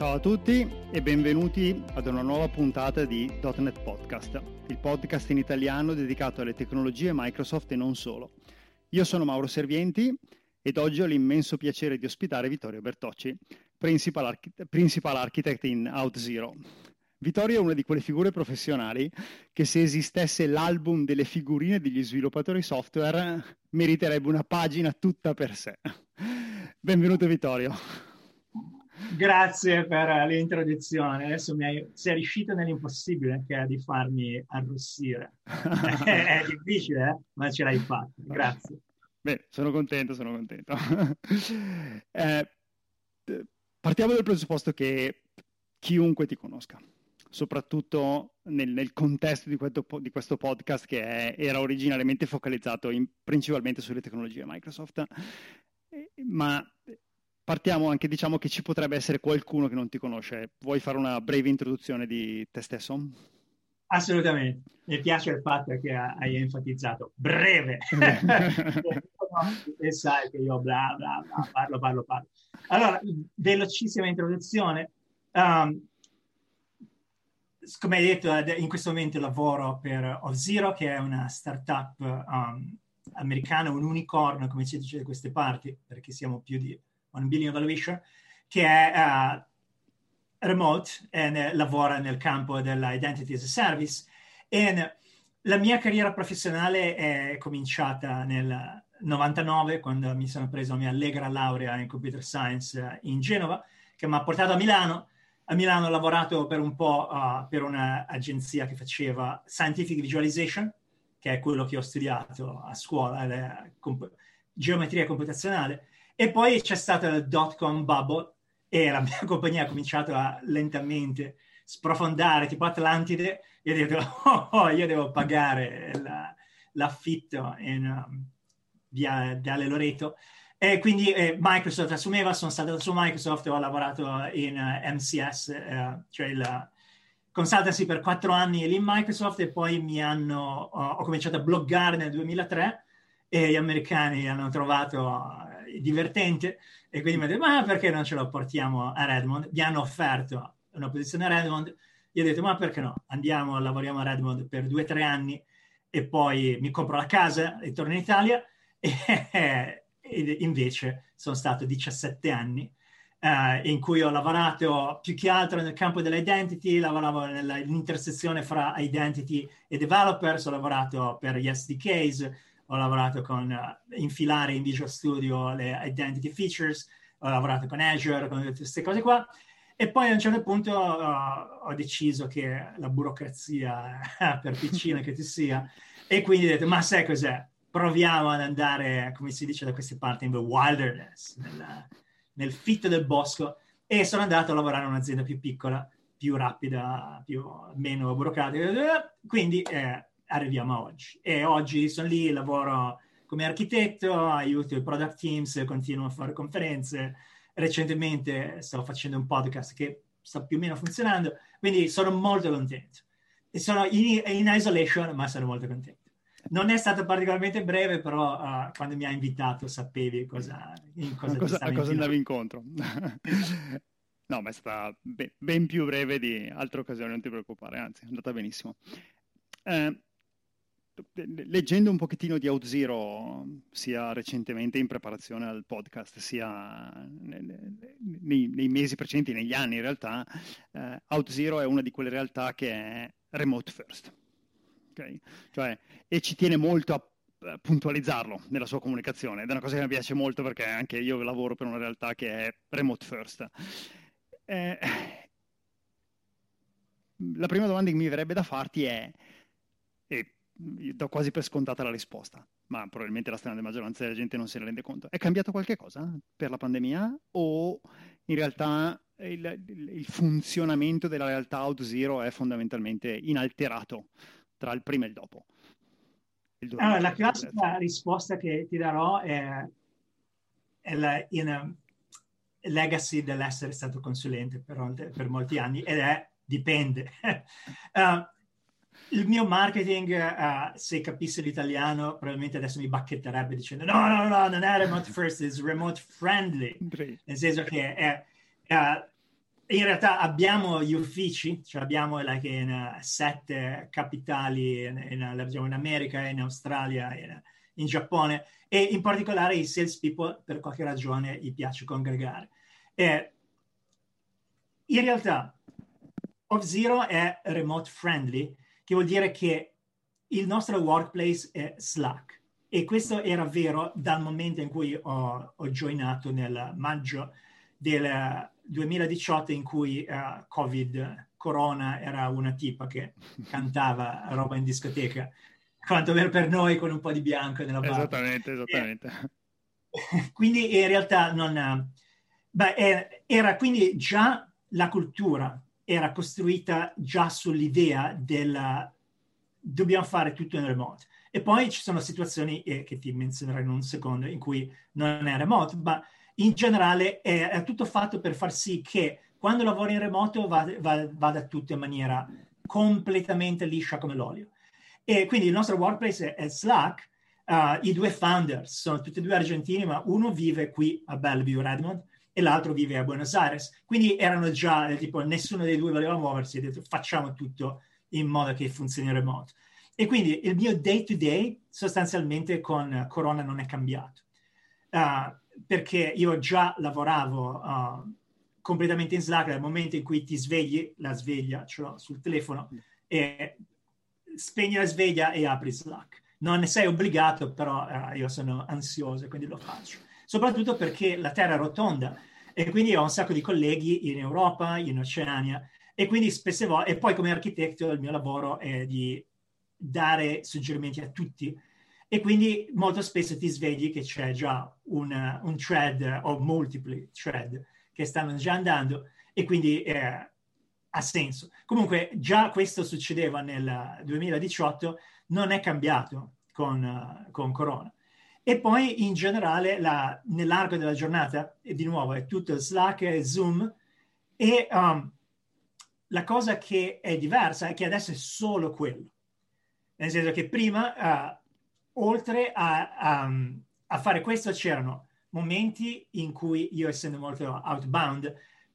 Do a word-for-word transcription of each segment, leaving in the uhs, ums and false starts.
Ciao a tutti e benvenuti ad una nuova puntata di .dot net Podcast, il podcast in italiano dedicato alle tecnologie Microsoft e non solo. Io sono Mauro Servienti ed oggi ho l'immenso piacere di ospitare Vittorio Bertocci, Principal, Arch- Principal Architect in Auth0. Vittorio è una di quelle figure professionali che, se esistesse l'album delle figurine degli sviluppatori software, meriterebbe una pagina tutta per sé. Benvenuto Vittorio. Grazie per l'introduzione. Adesso mi hai, sei riuscito nell'impossibile, che è di farmi arrossire. È difficile, eh? Ma ce l'hai fatta. Grazie. Bene, sono contento, sono contento. eh, partiamo dal presupposto che chiunque ti conosca, soprattutto nel, nel contesto di questo, di questo podcast che è, era originariamente focalizzato in, principalmente sulle tecnologie Microsoft, eh, ma partiamo anche, diciamo che ci potrebbe essere qualcuno che non ti conosce. Vuoi fare una breve introduzione di te stesso? Assolutamente. Mi piace il fatto che hai enfatizzato breve. E sai che io bla bla bla, parlo, parlo, parlo. Allora, velocissima introduzione. Um, come hai detto, in questo momento lavoro per Auth0, che è una startup um, americana, un unicorno, come si dice da queste parti, perché siamo più di un billion valuation, che è uh, remote e ne, lavora nel campo dell'identity as a service. E la mia carriera professionale è cominciata nel novantanove, quando mi sono preso la mia allegra laurea in computer science in Genova, che mi ha portato a Milano. A Milano ho lavorato per un po' uh, per un'agenzia che faceva scientific visualization, che è quello che ho studiato a scuola, la comp- geometria computazionale. E poi c'è stata la dot-com bubble e la mia compagnia ha cominciato a lentamente sprofondare, tipo Atlantide. Io ho detto, oh, oh, io devo pagare la, l'affitto in um, via Viale Loreto. E quindi eh, Microsoft assumeva, sono stato su Microsoft, ho lavorato in uh, M C S, eh, cioè il consultancy, per quattro anni lì in Microsoft, e poi mi hanno, uh, ho cominciato a bloggare nel duemilatré e gli americani hanno trovato uh, divertente, e quindi mi hanno detto, ma perché non ce lo portiamo a Redmond? Mi hanno offerto una posizione a Redmond, io ho detto, ma perché no? Andiamo, lavoriamo a Redmond per due o tre anni e poi mi compro la casa e torno in Italia. E invece sono stato diciassette anni uh, in cui ho lavorato più che altro nel campo dell'identity, lavoravo nell'intersezione fra identity e developers, ho lavorato per gli S D Ks, ho lavorato con uh, infilare in Visual Studio le identity features, ho lavorato con Azure, con tutte queste cose qua. E poi a un certo punto uh, ho deciso che la burocrazia, per piccina che ti sia, e quindi ho detto, ma sai cos'è? Proviamo ad andare, come si dice da queste parti, in the wilderness, nel, nel fitto del bosco, e sono andato a lavorare in un'azienda più piccola, più rapida, più, meno burocratica. Quindi eh, arriviamo a oggi. E oggi sono lì, lavoro come architetto, aiuto i product teams, continuo a fare conferenze. Recentemente stavo facendo un podcast che sta più o meno funzionando, quindi sono molto contento. E sono in, in isolation, ma sono molto contento. Non è stato particolarmente breve, però uh, quando mi ha invitato sapevi cosa, in cosa, cosa, ti a cosa andavi incontro. No, ma è stata ben, ben più breve di altre occasioni, non ti preoccupare, anzi è andata benissimo. Eh, leggendo un pochettino di Auth0, sia recentemente in preparazione al podcast, sia nei, nei mesi precedenti, negli anni in realtà, eh, Auth0 è una di quelle realtà che è remote first. Okay? Cioè, e ci tiene molto a puntualizzarlo nella sua comunicazione, ed è una cosa che mi piace molto perché anche io lavoro per una realtà che è remote first. Eh, la prima domanda che mi verrebbe da farti è, e do quasi per scontata la risposta, ma probabilmente la stragrande maggioranza della gente non se ne rende conto, è cambiato qualche cosa per la pandemia o in realtà il, il funzionamento della realtà Auth0 è fondamentalmente inalterato tra il prima e il dopo? Il Allora, la classica risposta che ti darò è, è la in, legacy dell'essere stato consulente per, per molti anni, ed è dipende. uh, il mio marketing, uh, se capisse l'italiano, probabilmente adesso mi bacchetterebbe dicendo no, no, no, non è remote first, è remote friendly. Nel senso che è, uh, in realtà abbiamo gli uffici, cioè abbiamo like, in uh, sette capitali in, in, diciamo, in America, in Australia, in, in Giappone, e in particolare i sales people per qualche ragione gli piace congregare. E in realtà Auth0 è remote friendly, che vuol dire che il nostro workplace è Slack, e questo era vero dal momento in cui ho, ho joinato nel maggio del duemiladiciotto, in cui uh, Covid, Corona, era una tipa che cantava roba in discoteca, quantomeno per noi, con un po' di bianco nella barba. Esattamente, esattamente. E, quindi in realtà non... Beh, era quindi già la cultura era costruita già sull'idea del dobbiamo fare tutto in remote. E poi ci sono situazioni eh, che ti menzionerò in un secondo in cui non è remote, ma in generale è, è tutto fatto per far sì che quando lavori in remoto vada, vada, vada tutto in maniera completamente liscia come l'olio. E quindi il nostro workplace è, è Slack. Uh, I due founders sono tutti e due argentini, ma uno vive qui a Bellevue, Redmond, e l'altro vive a Buenos Aires. Quindi erano già, eh, tipo, nessuno dei due voleva muoversi, e ha detto facciamo tutto in modo che funzioni in remote. E quindi il mio day to day sostanzialmente con Corona non è cambiato, uh, perché io già lavoravo uh, completamente in Slack. Dal momento in cui ti svegli, la sveglia ce l'ho sul telefono, e spegni la sveglia e apri Slack. Non ne sei obbligato, però uh, io sono ansioso e quindi lo faccio. Soprattutto perché la Terra è rotonda e quindi ho un sacco di colleghi in Europa, in Oceania, e quindi spesse volte, e poi come architetto il mio lavoro è di dare suggerimenti a tutti, e quindi molto spesso ti svegli che c'è già un, un thread o multipli thread che stanno già andando, e quindi eh, ha senso. Comunque già questo succedeva nel duemiladiciotto, non è cambiato con, uh, con Corona. E poi in generale la, nell'arco della giornata, e di nuovo è tutto Slack e Zoom, e um, la cosa che è diversa è che adesso è solo quello. Nel senso che prima, uh, oltre a, a, a fare questo, c'erano momenti in cui io, essendo molto outbound,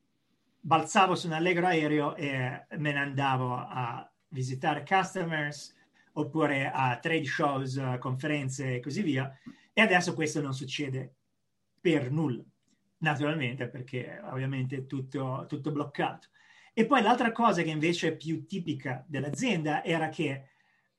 balzavo su un allegro aereo e me ne andavo a visitare customers, oppure a trade shows, uh, conferenze e così via. E adesso questo non succede per nulla, naturalmente, perché ovviamente è tutto, tutto bloccato. E poi l'altra cosa che invece è più tipica dell'azienda era che,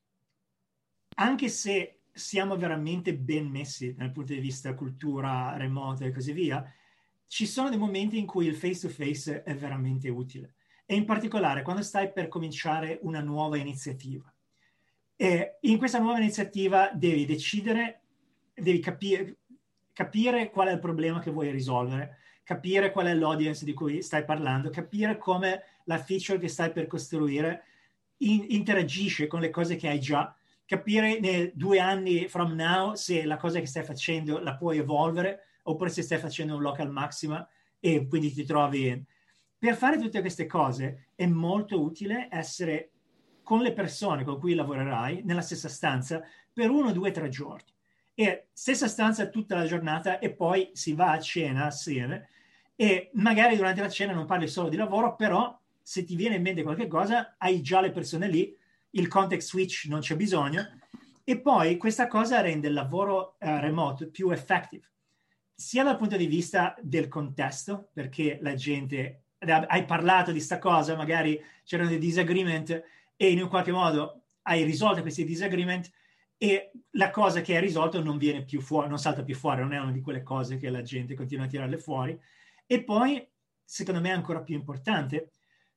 anche se siamo veramente ben messi dal punto di vista cultura remota e così via, ci sono dei momenti in cui il face-to-face è veramente utile. E in particolare quando stai per cominciare una nuova iniziativa. E in questa nuova iniziativa devi decidere, devi capire, capire qual è il problema che vuoi risolvere, capire qual è l'audience di cui stai parlando, capire come la feature che stai per costruire in, interagisce con le cose che hai già, capire nei due anni from now se la cosa che stai facendo la puoi evolvere, oppure se stai facendo un local maxima e quindi ti trovi... Per fare tutte queste cose è molto utile essere con le persone con cui lavorerai nella stessa stanza per uno, due, tre giorni. E stessa stanza tutta la giornata, e poi si va a cena assieme, e magari durante la cena non parli solo di lavoro, però se ti viene in mente qualche cosa hai già le persone lì, il context switch non c'è bisogno, e poi questa cosa rende il lavoro uh, remote più effective, sia dal punto di vista del contesto, perché la gente, hai parlato di sta cosa, magari c'erano dei disagreement e in un qualche modo hai risolto questi disagreement, e la cosa che hai risolto non viene più fuori, non salta più fuori, non è una di quelle cose che la gente continua a tirarle fuori. E poi, secondo me ancora più importante,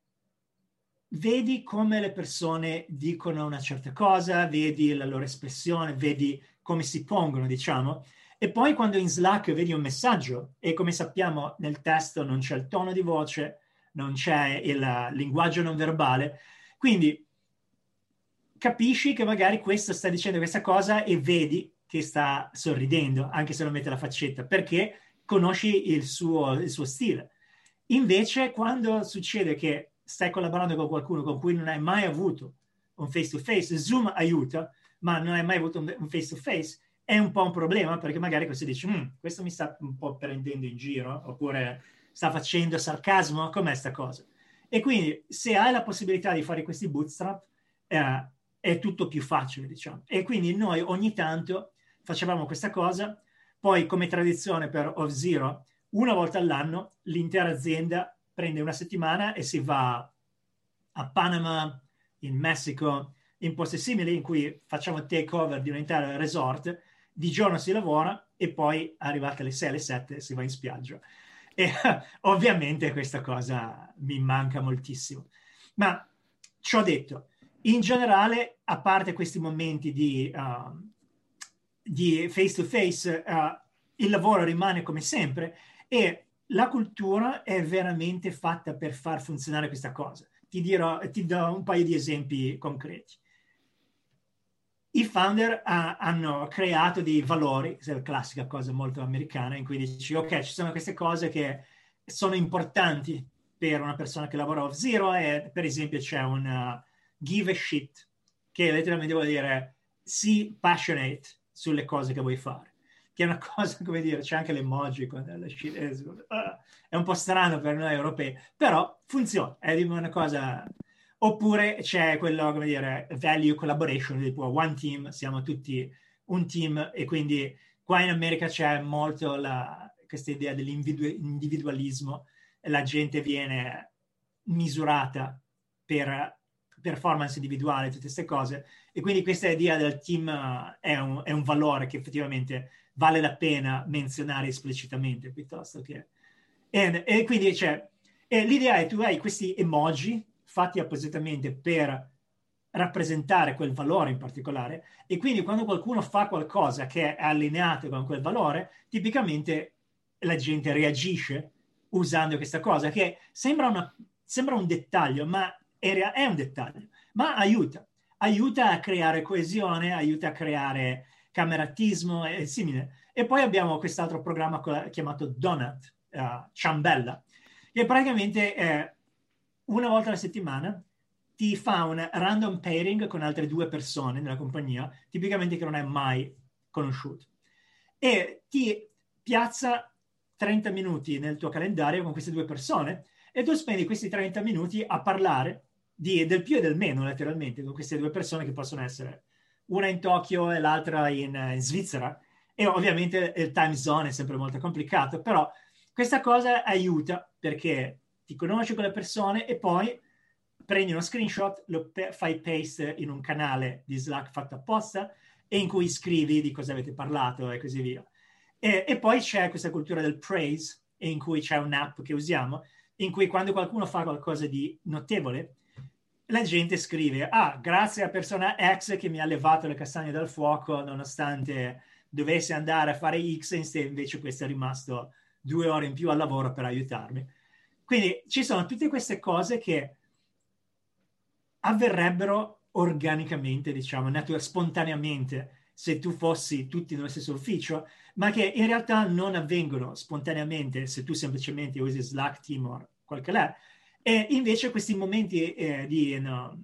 vedi come le persone dicono una certa cosa, vedi la loro espressione, vedi come si pongono, diciamo. E poi quando in Slack vedi un messaggio, e come sappiamo nel testo non c'è il tono di voce, non c'è il linguaggio non verbale, quindi capisci che magari questo sta dicendo questa cosa e vedi che sta sorridendo, anche se non mette la faccetta, perché conosci il suo, il suo stile. Invece, quando succede che stai collaborando con qualcuno con cui non hai mai avuto un face-to-face, Zoom aiuta, ma non hai mai avuto un face-to-face, è un po' un problema, perché magari così dici, mm, questo mi sta un po' prendendo in giro, oppure sta facendo sarcasmo? Com'è sta cosa? E quindi se hai la possibilità di fare questi bootstrap, eh, è tutto più facile, diciamo. E quindi noi ogni tanto facevamo questa cosa, poi come tradizione per Auth0, una volta all'anno l'intera azienda prende una settimana e si va a Panama, in Messico, in posti simili in cui facciamo takeover di un intero resort, di giorno si lavora e poi arrivate alle sei, alle sette si va in spiaggia. E ovviamente questa cosa mi manca moltissimo. Ma ciò detto, in generale, a parte questi momenti di, uh, di face to face, uh, il lavoro rimane come sempre e la cultura è veramente fatta per far funzionare questa cosa. Ti dirò, ti do un paio di esempi concreti. I founder ha, hanno creato dei valori, questa è la classica cosa molto americana, in cui dici, ok, ci sono queste cose che sono importanti per una persona che lavora a Auth0 e per esempio c'è un uh, give a shit, che letteralmente vuol dire sii passionate sulle cose che vuoi fare, che è una cosa, come dire, c'è anche l'emoji con la shit, è, è un po' strano per noi europei, però funziona, è una cosa... Oppure c'è quello, come dire, value collaboration, tipo one team, siamo tutti un team e quindi qua in America c'è molto la, questa idea dell'individualismo, la gente viene misurata per performance individuale, tutte queste cose, e quindi questa idea del team è un, è un valore che effettivamente vale la pena menzionare esplicitamente piuttosto che... E, e quindi c'è... E l'idea è tu hai questi emoji fatti appositamente per rappresentare quel valore in particolare e quindi quando qualcuno fa qualcosa che è allineato con quel valore, tipicamente la gente reagisce usando questa cosa che sembra, una, sembra un dettaglio, ma è, è un dettaglio, ma aiuta. Aiuta a creare coesione, aiuta a creare cameratismo e simile. E poi abbiamo quest'altro programma chiamato Donut, uh, Ciambella, che praticamente è una volta alla settimana ti fa un random pairing con altre due persone nella compagnia, tipicamente che non hai mai conosciuto, e ti piazza trenta minuti nel tuo calendario con queste due persone e tu spendi questi trenta minuti a parlare di, del più e del meno, letteralmente, con queste due persone che possono essere una in Tokyo e l'altra in, in Svizzera, e ovviamente il time zone è sempre molto complicato, però questa cosa aiuta perché ti conosci con le persone e poi prendi uno screenshot, lo pe- fai paste in un canale di Slack fatto apposta e in cui scrivi di cosa avete parlato e così via. E, e poi c'è questa cultura del praise, in cui c'è un'app che usiamo, in cui quando qualcuno fa qualcosa di notevole, la gente scrive, ah, grazie a persona X che mi ha levato le castagne dal fuoco nonostante dovesse andare a fare X e invece questo è rimasto due ore in più al lavoro per aiutarmi. Quindi ci sono tutte queste cose che avverrebbero organicamente, diciamo, natura- spontaneamente, se tu fossi tutti nello stesso ufficio, ma che in realtà non avvengono spontaneamente se tu semplicemente usi Slack, Team o quel che è. E invece questi momenti eh, di... No,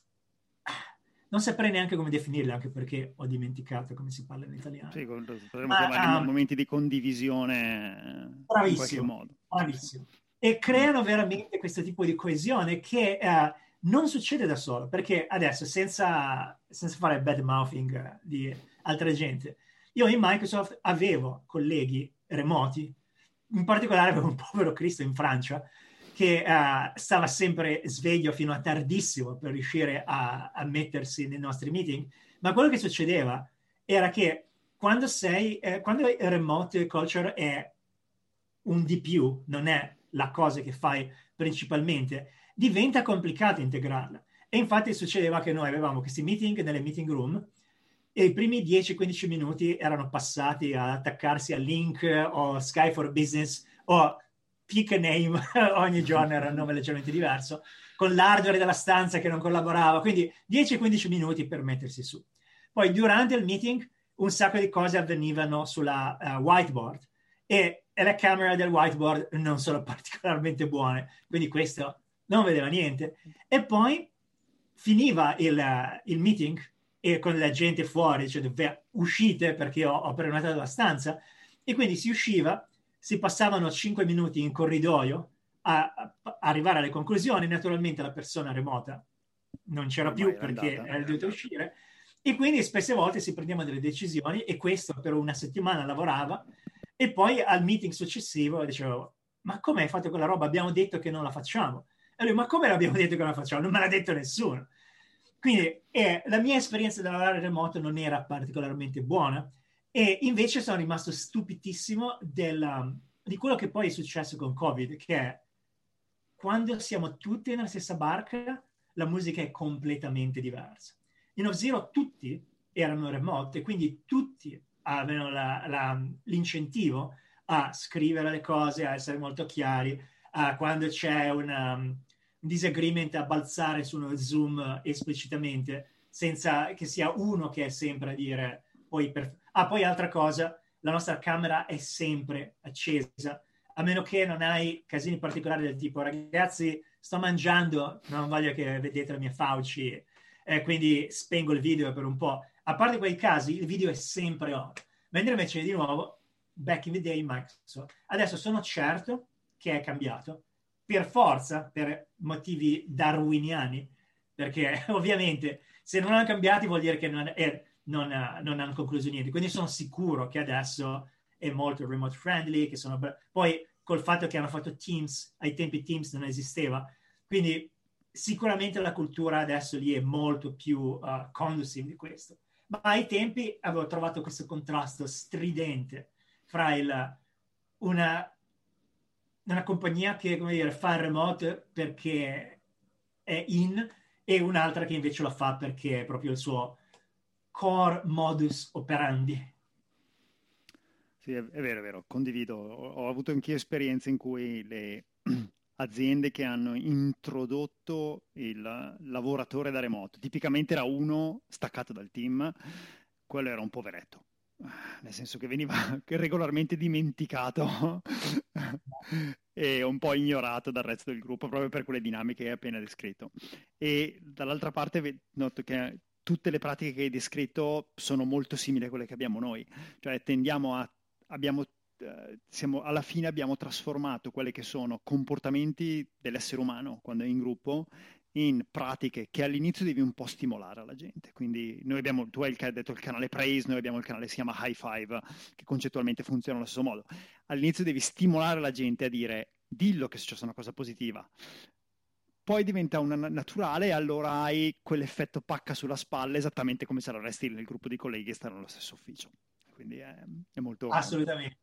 non saprei neanche come definirli, anche perché ho dimenticato come si parla in italiano. Sì, potremmo ma, chiamarli um, momenti di condivisione in qualche modo. Bravissimo. E creano veramente questo tipo di coesione che eh, non succede da solo, perché adesso, senza, senza fare bad mouthing di altra gente, io in Microsoft avevo colleghi remoti, in particolare avevo un povero Cristo in Francia, che uh, stava sempre sveglio fino a tardissimo per riuscire a, a mettersi nei nostri meeting, ma quello che succedeva era che quando sei, eh, quando il remote culture è un di più, non è la cosa che fai principalmente, diventa complicato integrarla. E infatti succedeva che noi avevamo questi meeting nelle meeting room e i primi dieci quindici minuti erano passati ad attaccarsi a Link o Sky for Business o pick a name, ogni giorno era un nome leggermente diverso, con l'hardware della stanza che non collaborava, quindi dieci quindici minuti per mettersi su. Poi durante il meeting un sacco di cose avvenivano sulla uh, whiteboard e, e le camere del whiteboard non sono particolarmente buone, quindi questo non vedeva niente. E poi finiva il, uh, il meeting e con la gente fuori, cioè uscite perché ho, ho prenotato la stanza, e quindi si usciva, si passavano cinque minuti in corridoio a, a, a arrivare alle conclusioni. Naturalmente la persona remota non c'era Ormai più era perché andata. era dovuta uscire, e quindi spesse volte si prendevano delle decisioni, e questo per una settimana lavorava, e poi al meeting successivo dicevo: ma come hai fatto quella roba? Abbiamo detto che non la facciamo. E lui: ma come l'abbiamo detto che non la facciamo? Non me l'ha detto nessuno. Quindi eh, la mia esperienza di lavorare remoto non era particolarmente buona, e invece sono rimasto stupitissimo della, di quello che poi è successo con Covid, che è quando siamo tutti nella stessa barca, la musica è completamente diversa. In Off-Zero tutti erano remote, quindi tutti avevano la, la, l'incentivo a scrivere le cose, a essere molto chiari, a quando c'è una, un disagreement a balzare su uno Zoom esplicitamente, senza che sia uno che è sempre a dire poi per... Ah, poi altra cosa, la nostra camera è sempre accesa, a meno che non hai casini particolari del tipo: ragazzi, sto mangiando, non voglio che vedete la mia Fauci, eh, quindi spengo il video per un po'. A parte quei casi, il video è sempre on. Mentre invece, di nuovo, back in the day, Microsoft. Adesso sono certo che è cambiato, per forza, per motivi darwiniani, perché ovviamente se non hanno cambiati vuol dire che non, eh, non, non hanno concluso niente. Quindi sono sicuro che adesso è molto remote friendly, che sono... poi col fatto che hanno fatto Teams, ai tempi Teams non esisteva, quindi sicuramente la cultura adesso lì è molto più uh, conducive di questo. Ma ai tempi avevo trovato questo contrasto stridente fra il, una, una compagnia che, come dire, fa il remote perché è in, e un'altra che invece lo fa perché è proprio il suo core modus operandi. Sì, è, è vero, è vero, condivido. Ho, ho avuto anch'io esperienze in cui le aziende che hanno introdotto il lavoratore da remoto, tipicamente era uno staccato dal team, quello era un poveretto, nel senso che veniva regolarmente dimenticato e un po' ignorato dal resto del gruppo proprio per quelle dinamiche che hai appena descritto. E dall'altra parte ve- noto che tutte le pratiche che hai descritto sono molto simili a quelle che abbiamo noi, cioè tendiamo a abbiamo, eh, siamo, alla fine abbiamo trasformato quelli che sono comportamenti dell'essere umano quando è in gruppo in pratiche che all'inizio devi un po' stimolare alla gente. Quindi noi abbiamo, tu hai il, detto il canale Praise, noi abbiamo il canale che si chiama High Five, che concettualmente funziona allo stesso modo. All'inizio devi stimolare la gente a dire dillo che è successa una cosa positiva. Poi diventa una naturale e allora hai quell'effetto pacca sulla spalla, esattamente come se l'avresti nel gruppo di colleghi che stanno nello stesso ufficio. Quindi è, è molto Assolutamente.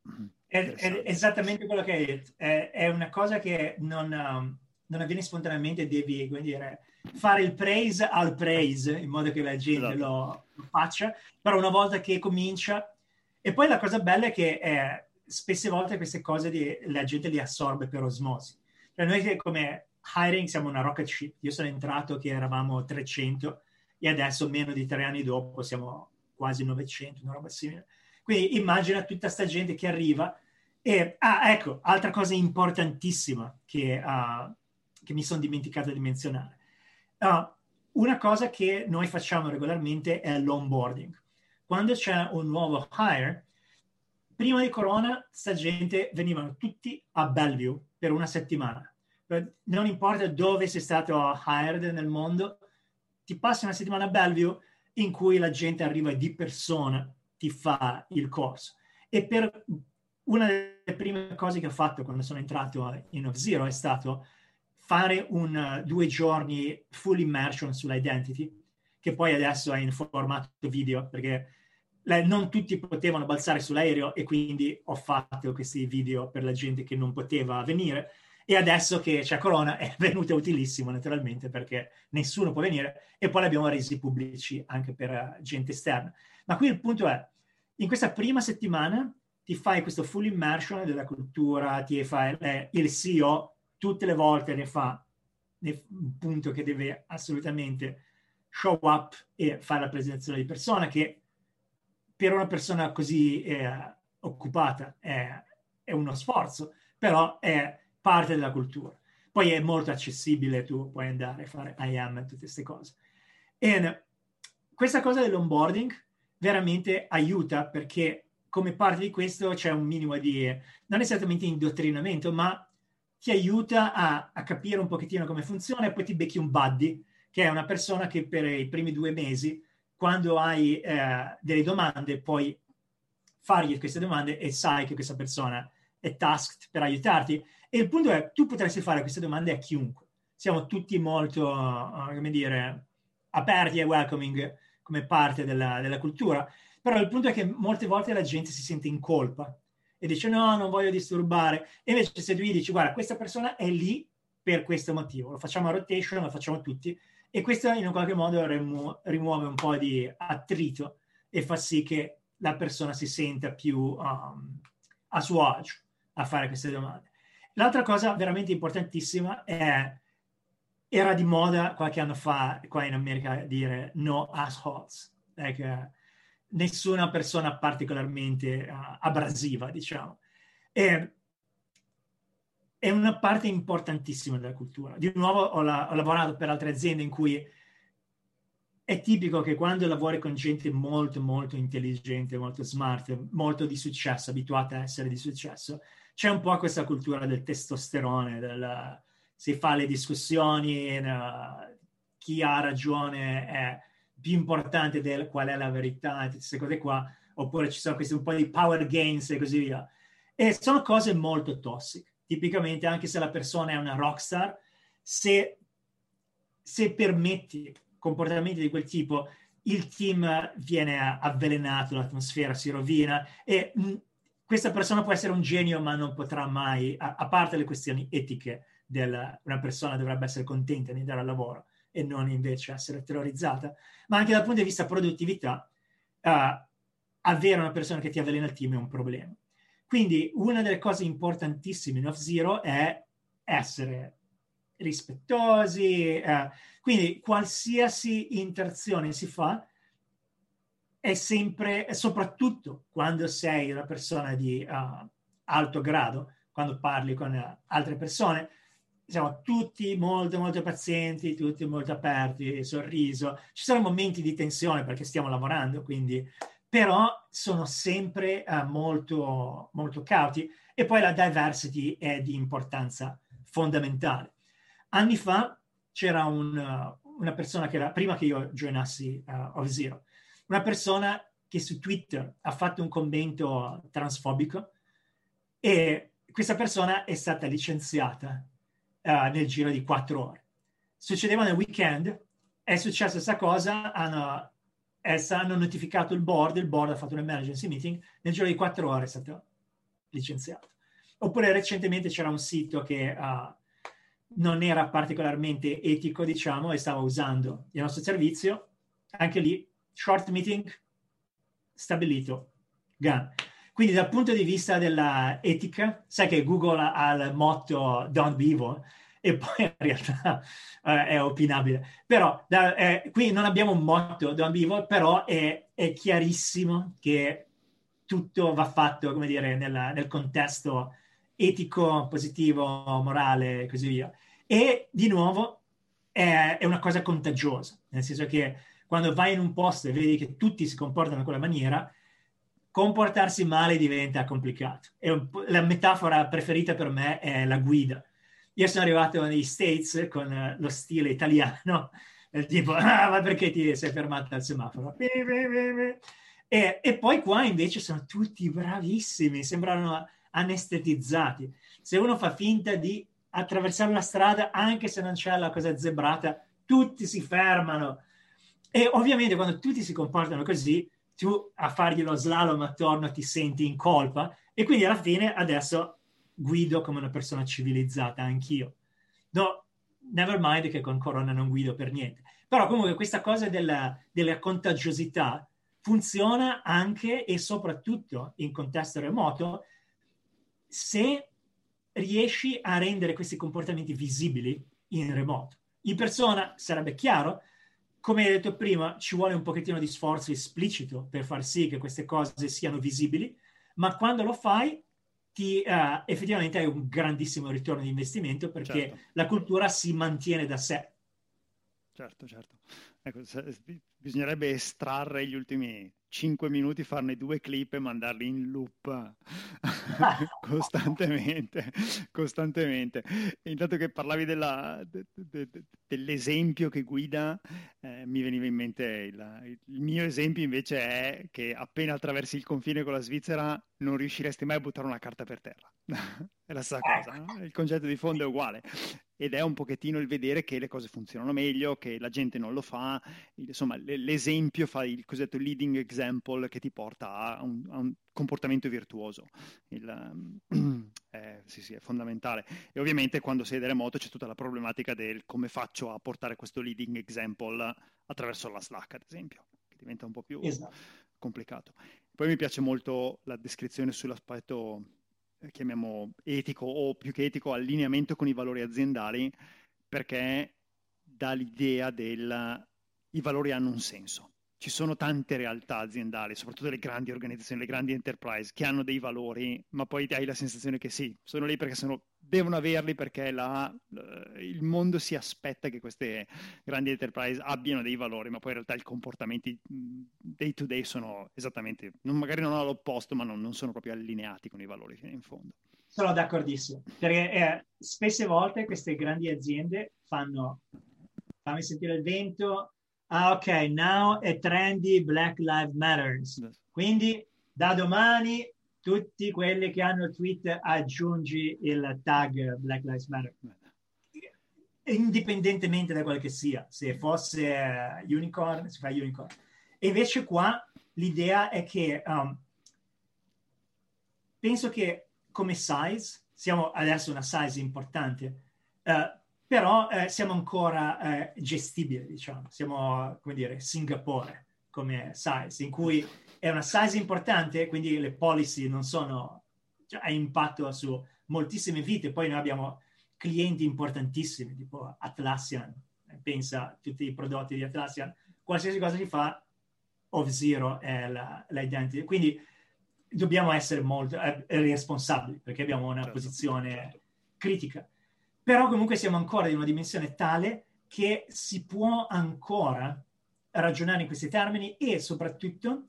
È, è interessante. esattamente quello che hai detto. È, è una cosa che non, um, non avviene spontaneamente, devi, come dire, fare il praise al praise in modo che la gente Esatto. lo, lo faccia, però una volta che comincia... E poi la cosa bella è che eh, spesse volte queste cose di, la gente li assorbe per osmosi. Cioè noi che come hiring siamo una rocket ship. Io sono entrato che eravamo trecento e adesso, meno di tre anni dopo, siamo quasi novecento, una roba simile. Quindi immagina tutta sta gente che arriva e... Ah, ecco, altra cosa importantissima che, uh, che mi sono dimenticato di menzionare. Uh, una cosa che noi facciamo regolarmente è l'onboarding. Quando c'è un nuovo hire, prima di Corona, sta gente venivano tutti a Bellevue per una settimana. Non importa dove sei stato hired nel mondo, ti passi una settimana a Bellevue in cui la gente arriva di persona, ti fa il corso. E per una delle prime cose che ho fatto quando sono entrato in Off-Zero è stato fare un uh, due giorni full immersion sull'identity, che poi adesso è in formato video, perché le, non tutti potevano balzare sull'aereo, e quindi ho fatto questi video per la gente che non poteva venire. E adesso che c'è Corona è venuto utilissimo, naturalmente, perché nessuno può venire, e poi li abbiamo resi pubblici anche per gente esterna. Ma qui il punto è, in questa prima settimana ti fai questo full immersion della cultura, ti fai eh, il C E O tutte le volte ne fa un punto che deve assolutamente show up e fare la presentazione di persona, che per una persona così eh, occupata è, è uno sforzo, però è parte della cultura. Poi è molto accessibile, tu puoi andare a fare I A M e tutte queste cose. E questa cosa dell'onboarding veramente aiuta, perché come parte di questo c'è un minimo di, non esattamente indottrinamento, ma ti aiuta a, a capire un pochettino come funziona, e poi ti becchi un buddy, che è una persona che per i primi due mesi, quando hai eh, delle domande, puoi fargli queste domande e sai che questa persona è tasked per aiutarti. E il punto è, tu potresti fare queste domande a chiunque. Siamo tutti molto, uh, come dire, aperti e welcoming come parte della, della cultura, però il punto è che molte volte la gente si sente in colpa e dice no, non voglio disturbare. E invece se tu gli dici guarda, questa persona è lì per questo motivo, lo facciamo a rotation, lo facciamo tutti, e questo in un qualche modo rimu- rimuove un po' di attrito e fa sì che la persona si senta più um, a suo agio a fare queste domande. L'altra cosa veramente importantissima è, era di moda qualche anno fa qua in America dire no assholes, like, nessuna persona particolarmente uh, abrasiva, diciamo. E, è una parte importantissima della cultura. Di nuovo ho, la, ho lavorato per altre aziende in cui è tipico che quando lavori con gente molto molto intelligente, molto smart, molto di successo, abituata a essere di successo, c'è un po' questa cultura del testosterone, del, si fa le discussioni, uh, chi ha ragione è più importante del qual è la verità, tutte queste cose qua, oppure ci sono questi un po' di power games e così via. E sono cose molto tossiche. Tipicamente, anche se la persona è una rockstar, se, se permetti comportamenti di quel tipo, il team viene avvelenato, l'atmosfera si rovina, e mh, questa persona può essere un genio, ma non potrà mai, a, a parte le questioni etiche, del, una persona dovrebbe essere contenta di andare al lavoro e non invece essere terrorizzata, ma anche dal punto di vista produttività, uh, avere una persona che ti avvelena il team è un problema. Quindi una delle cose importantissime in Off-Zero è essere rispettosi, eh, quindi qualsiasi interazione si fa è sempre, e soprattutto quando sei una persona di uh, alto grado, quando parli con uh, altre persone, siamo tutti molto molto pazienti, tutti molto aperti, sorriso. Ci sono momenti di tensione perché stiamo lavorando, quindi però sono sempre uh, molto, molto cauti, e poi la diversity è di importanza fondamentale. Anni fa c'era un, uh, una persona che era, prima che io joinassi uh, Off-Zero, una persona che su Twitter ha fatto un commento transfobico, e questa persona è stata licenziata uh, nel giro di quattro ore. Succedeva nel weekend, è successa questa cosa, hanno Essa hanno notificato il board, il board ha fatto un emergency meeting, nel giro di quattro ore è stato licenziato. Oppure recentemente c'era un sito che uh, non era particolarmente etico, diciamo, e stava usando il nostro servizio, anche lì, short meeting, stabilito, gun. Quindi dal punto di vista della etica, sai che Google ha il motto don't be evil, e poi in realtà eh, è opinabile. Però da, eh, qui non abbiamo un motto don't be evil, però è, è chiarissimo che tutto va fatto, come dire, nella, nel contesto etico, positivo, morale e così via. E di nuovo è, è una cosa contagiosa, nel senso che quando vai in un posto e vedi che tutti si comportano in quella maniera, comportarsi male diventa complicato. E un la metafora preferita per me è la guida. Io sono arrivato negli States con lo stile italiano, del tipo, ah, ma perché ti sei fermato al semaforo? E, e poi qua invece sono tutti bravissimi, sembrano anestetizzati. Se uno fa finta di attraversare la strada, anche se non c'è la cosa zebrata, tutti si fermano. E ovviamente quando tutti si comportano così, tu a fargli lo slalom attorno ti senti in colpa, e quindi alla fine adesso guido come una persona civilizzata anch'io. No, never mind che con Corona non guido per niente. Però comunque questa cosa della, della contagiosità funziona anche e soprattutto in contesto remoto se riesci a rendere questi comportamenti visibili in remoto. In persona sarebbe chiaro, come hai detto prima, ci vuole un pochettino di sforzo esplicito per far sì che queste cose siano visibili, ma quando lo fai ti, uh, effettivamente hai un grandissimo ritorno di investimento, perché certo, la cultura si mantiene da sé. Certo, certo. Ecco, bisognerebbe estrarre gli ultimi cinque minuti farne due clip e mandarli in loop costantemente, costantemente. E intanto che parlavi della, de, de, de, dell'esempio che guida, eh, mi veniva in mente il, il mio esempio invece è che appena attraversi il confine con la Svizzera non riusciresti mai a buttare una carta per terra. È la stessa cosa, no? Il concetto di fondo è uguale. Ed è un pochettino il vedere che le cose funzionano meglio, che la gente non lo fa, insomma l'esempio fa il cosiddetto leading example che ti porta a un, a un comportamento virtuoso. Il, eh, sì, sì, è fondamentale. E ovviamente quando sei da remoto c'è tutta la problematica del come faccio a portare questo leading example attraverso la Slack, ad esempio, che diventa un po' più esatto. complicato. Poi mi piace molto la descrizione sull'aspetto chiamiamo etico o più che etico allineamento con i valori aziendali, perché dà l'idea del i valori hanno un senso. Ci sono tante realtà aziendali, soprattutto le grandi organizzazioni, le grandi enterprise, che hanno dei valori, ma poi hai la sensazione che sì, sono lì perché sono, devono averli perché la, il mondo si aspetta che queste grandi enterprise abbiano dei valori, ma poi in realtà i comportamenti day to day sono esattamente, non, magari non all'opposto, ma non, non sono proprio allineati con i valori fino in fondo. Sono d'accordissimo, perché eh, spesse volte queste grandi aziende fanno, fammi sentire il vento, ah ok, now è trendy Black Lives Matter. Quindi da domani tutti quelli che hanno tweet aggiungi il tag Black Lives Matter. Indipendentemente da quello che sia, se fosse uh, unicorn, si fa unicorn. E invece qua l'idea è che um, penso che come size, siamo adesso una size importante, uh, però eh, siamo ancora eh, gestibili, diciamo. Siamo, come dire, Singapore come size, in cui è una size importante, quindi le policy non sono, cioè, ha impatto su moltissime vite. Poi noi abbiamo clienti importantissimi, tipo Atlassian, pensa a tutti i prodotti di Atlassian, qualsiasi cosa si fa, Auth0 è la, l'identity. Quindi dobbiamo essere molto eh, responsabili, perché abbiamo una certo, posizione certo. critica. Però comunque siamo ancora in una dimensione tale che si può ancora ragionare in questi termini e soprattutto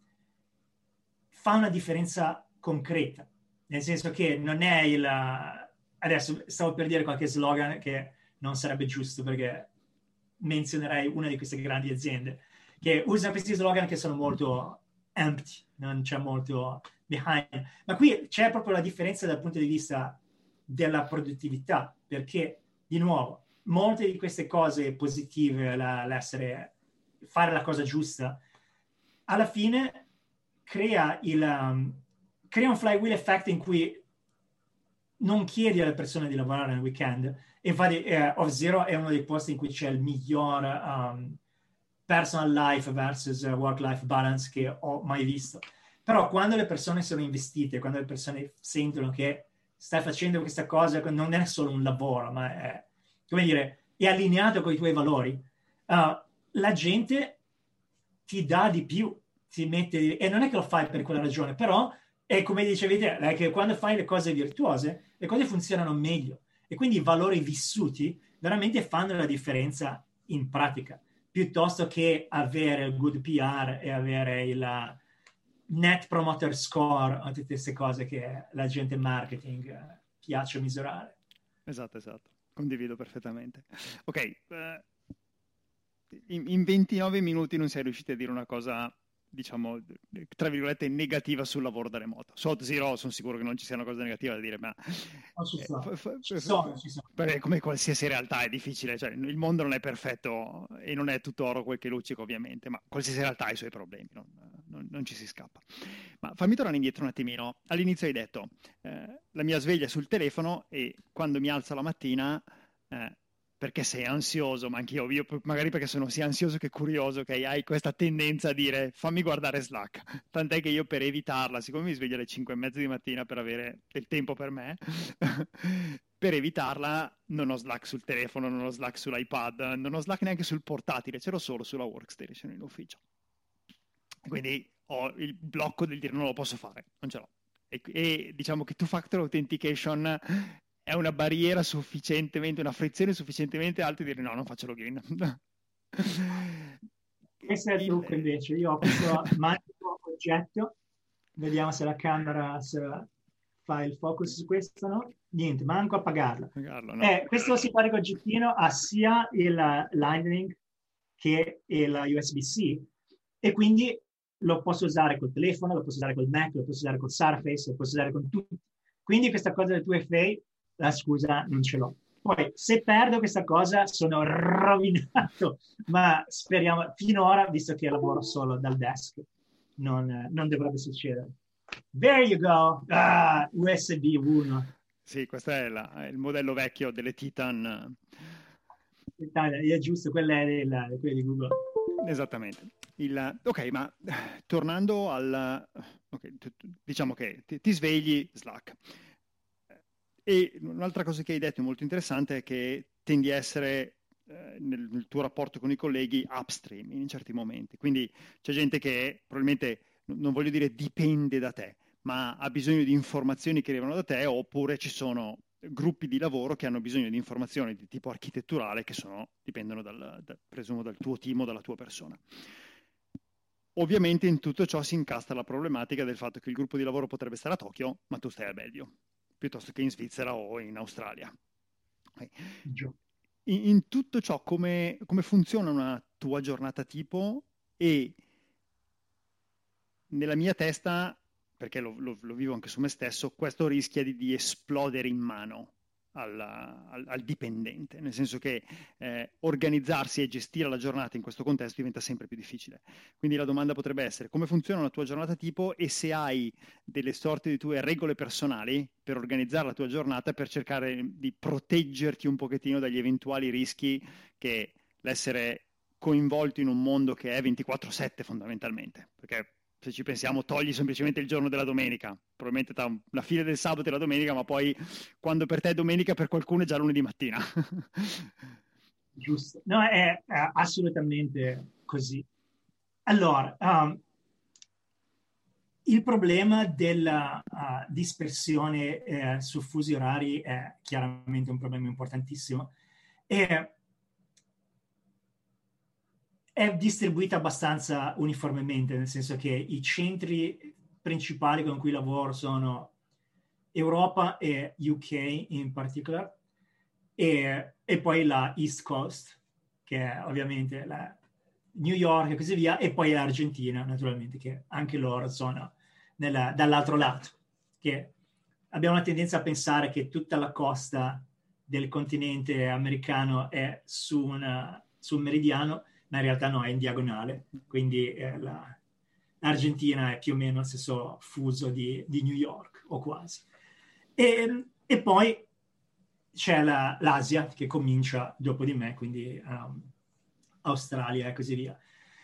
fa una differenza concreta, nel senso che non è il... Adesso stavo per dire qualche slogan che non sarebbe giusto perché menzionerei una di queste grandi aziende che usano questi slogan che sono molto empty, non c'è molto behind. Ma qui c'è proprio la differenza dal punto di vista della produttività, perché di nuovo molte di queste cose positive, la, l'essere fare la cosa giusta, alla fine crea il um, crea un flywheel effect in cui non chiedi alle persone di lavorare nel weekend. Infatti eh, Auth0 è uno dei posti in cui c'è il miglior um, personal life versus uh, work-life balance che ho mai visto. Però quando le persone sono investite, quando le persone sentono che stai facendo questa cosa, non è solo un lavoro, ma è, come dire, è allineato con i tuoi valori, uh, la gente ti dà di più, ti mette, e non è che lo fai per quella ragione, però è come dicevi te, è che quando fai le cose virtuose, le cose funzionano meglio, e quindi i valori vissuti veramente fanno la differenza in pratica, piuttosto che avere il good P R e avere il net promoter score o tutte queste cose che la gente in marketing eh, piace misurare. Esatto, esatto, condivido perfettamente. Ok, eh, in, in ventinove minuti non sei riusciti a dire una cosa, diciamo, tra virgolette, negativa sul lavoro da remoto. Su Auth0 sono sicuro che non ci sia una cosa negativa da dire, ma oh, ci sono. Eh, f- ci sono, ci sono. Perché come qualsiasi realtà è difficile, cioè il mondo non è perfetto e non è tutto oro quel che luccica ovviamente, ma qualsiasi realtà ha i suoi problemi, non, non, non ci si scappa. Ma fammi tornare indietro un attimino. All'inizio hai detto eh, la mia sveglia è sul telefono e quando mi alzo la mattina eh, perché sei ansioso, ma anch'io, io magari perché sono sia ansioso che curioso, che hai questa tendenza a dire fammi guardare Slack, tant'è che io per evitarla, siccome mi sveglio alle cinque e mezza di mattina per avere del tempo per me, per evitarla non ho Slack sul telefono, non ho Slack sull'iPad, non ho Slack neanche sul portatile, ce l'ho solo sulla workstation in ufficio. Quindi ho il blocco del dire non lo posso fare, non ce l'ho. E, e diciamo che two-factor authentication è una barriera sufficientemente, una frizione sufficientemente alta di dire no, non faccio login. Questo è il trucco invece. Io ho questo magico progetto. Vediamo se la camera se fa il focus su questo, no? Niente, manco a pagarla. Pagarlo, no? Eh, questo simpatico oggettino ha sia il Lightning che il U S B-C e quindi lo posso usare col telefono, lo posso usare col Mac, lo posso usare col Surface, lo posso usare con tutti. Quindi questa cosa del due F A, la scusa non ce l'ho. Poi se perdo questa cosa sono rovinato, ma speriamo, finora, visto che lavoro solo dal desk, non, non dovrebbe succedere. There you go, ah, U S B uno. Sì, questo è, la, è il modello vecchio delle Titan. È giusto, quella è quella di Google. Esattamente. Il, ok, ma tornando al... Okay, diciamo che ti, ti svegli Slack. E un'altra cosa che hai detto molto interessante è che tendi a essere eh, nel, nel tuo rapporto con i colleghi upstream in certi momenti. Quindi c'è gente che probabilmente, non voglio dire dipende da te, ma ha bisogno di informazioni che arrivano da te, oppure ci sono gruppi di lavoro che hanno bisogno di informazioni di tipo architetturale che sono, dipendono dal, da, presumo dal tuo team o dalla tua persona. Ovviamente in tutto ciò si incastra la problematica del fatto che il gruppo di lavoro potrebbe stare a Tokyo, ma tu stai a Belgio, piuttosto che in Svizzera o in Australia. In, in tutto ciò, come, come funziona una tua giornata tipo? E nella mia testa, perché lo, lo, lo vivo anche su me stesso, questo rischia di, di esplodere in mano al, al, al dipendente, nel senso che eh, organizzarsi e gestire la giornata in questo contesto diventa sempre più difficile. Quindi la domanda potrebbe essere: come funziona una tua giornata tipo e se hai delle sorte di tue regole personali per organizzare la tua giornata, per cercare di proteggerti un pochettino dagli eventuali rischi che l'essere coinvolto in un mondo che è ventiquattro sette fondamentalmente, perché se ci pensiamo, togli semplicemente il giorno della domenica, probabilmente tra la fine del sabato e la domenica, ma poi quando per te è domenica, per qualcuno è già lunedì mattina. Giusto. No, è, è assolutamente così. Allora, um, il problema della uh, dispersione eh, su fusi orari è chiaramente un problema importantissimo. E è distribuita abbastanza uniformemente, nel senso che i centri principali con cui lavoro sono Europa e U K in particolare, e, e poi la East Coast, che è ovviamente la New York e così via, e poi l'Argentina, naturalmente, che anche loro sono nella, dall'altro lato, che abbiamo una tendenza a pensare che tutta la costa del continente americano è su, una, su un meridiano, ma in realtà no, è in diagonale, quindi eh, la, l'Argentina è più o meno lo stesso fuso di, di New York, o quasi. E, e poi c'è la, l'Asia, che comincia dopo di me, quindi um, Australia e così via.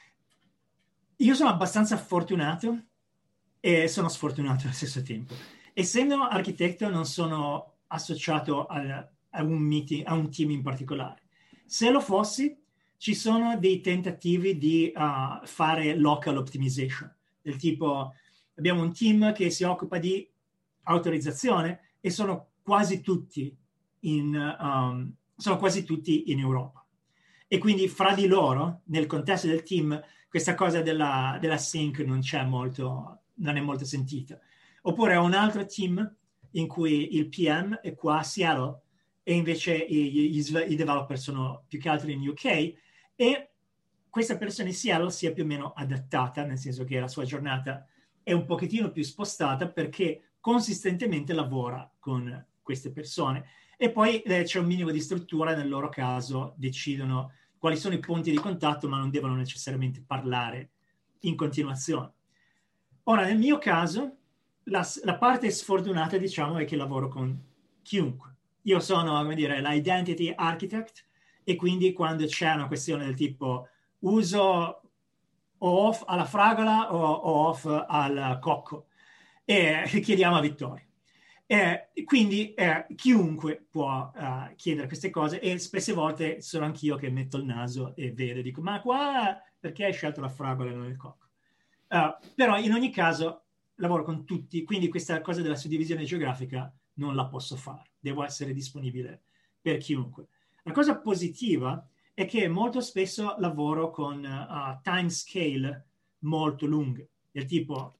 Io sono abbastanza fortunato e sono sfortunato allo stesso tempo. Essendo architetto non sono associato a, a, un meeting, a un team in particolare. Se lo fossi, ci sono dei tentativi di uh, fare local optimization, del tipo abbiamo un team che si occupa di autorizzazione e sono quasi tutti in, um, sono quasi tutti in Europa. E quindi fra di loro, nel contesto del team, questa cosa della, della sync non c'è molto, non è molto sentita. Oppure un altro team in cui il P M è qua a Seattle e invece i, i, i developer sono più che altro in U K, e questa persona in Seattle si è più o meno adattata, nel senso che la sua giornata è un pochettino più spostata perché consistentemente lavora con queste persone. E poi eh, c'è un minimo di struttura, nel loro caso decidono quali sono i punti di contatto, ma non devono necessariamente parlare in continuazione. Ora, nel mio caso, la, la parte sfortunata, diciamo, è che lavoro con chiunque. Io sono, come dire, l'identity architect, e quindi quando c'è una questione del tipo uso o off alla fragola o, o off al cocco, e chiediamo a Vittorio. Eh, quindi eh, chiunque può uh, chiedere queste cose, e spesse volte sono anch'io che metto il naso e vedo, dico ma qua perché hai scelto la fragola e non il cocco? Uh, però in ogni caso lavoro con tutti, quindi questa cosa della suddivisione geografica non la posso fare, devo essere disponibile per chiunque. La cosa positiva è che molto spesso lavoro con uh, time scale molto lunghe, del tipo,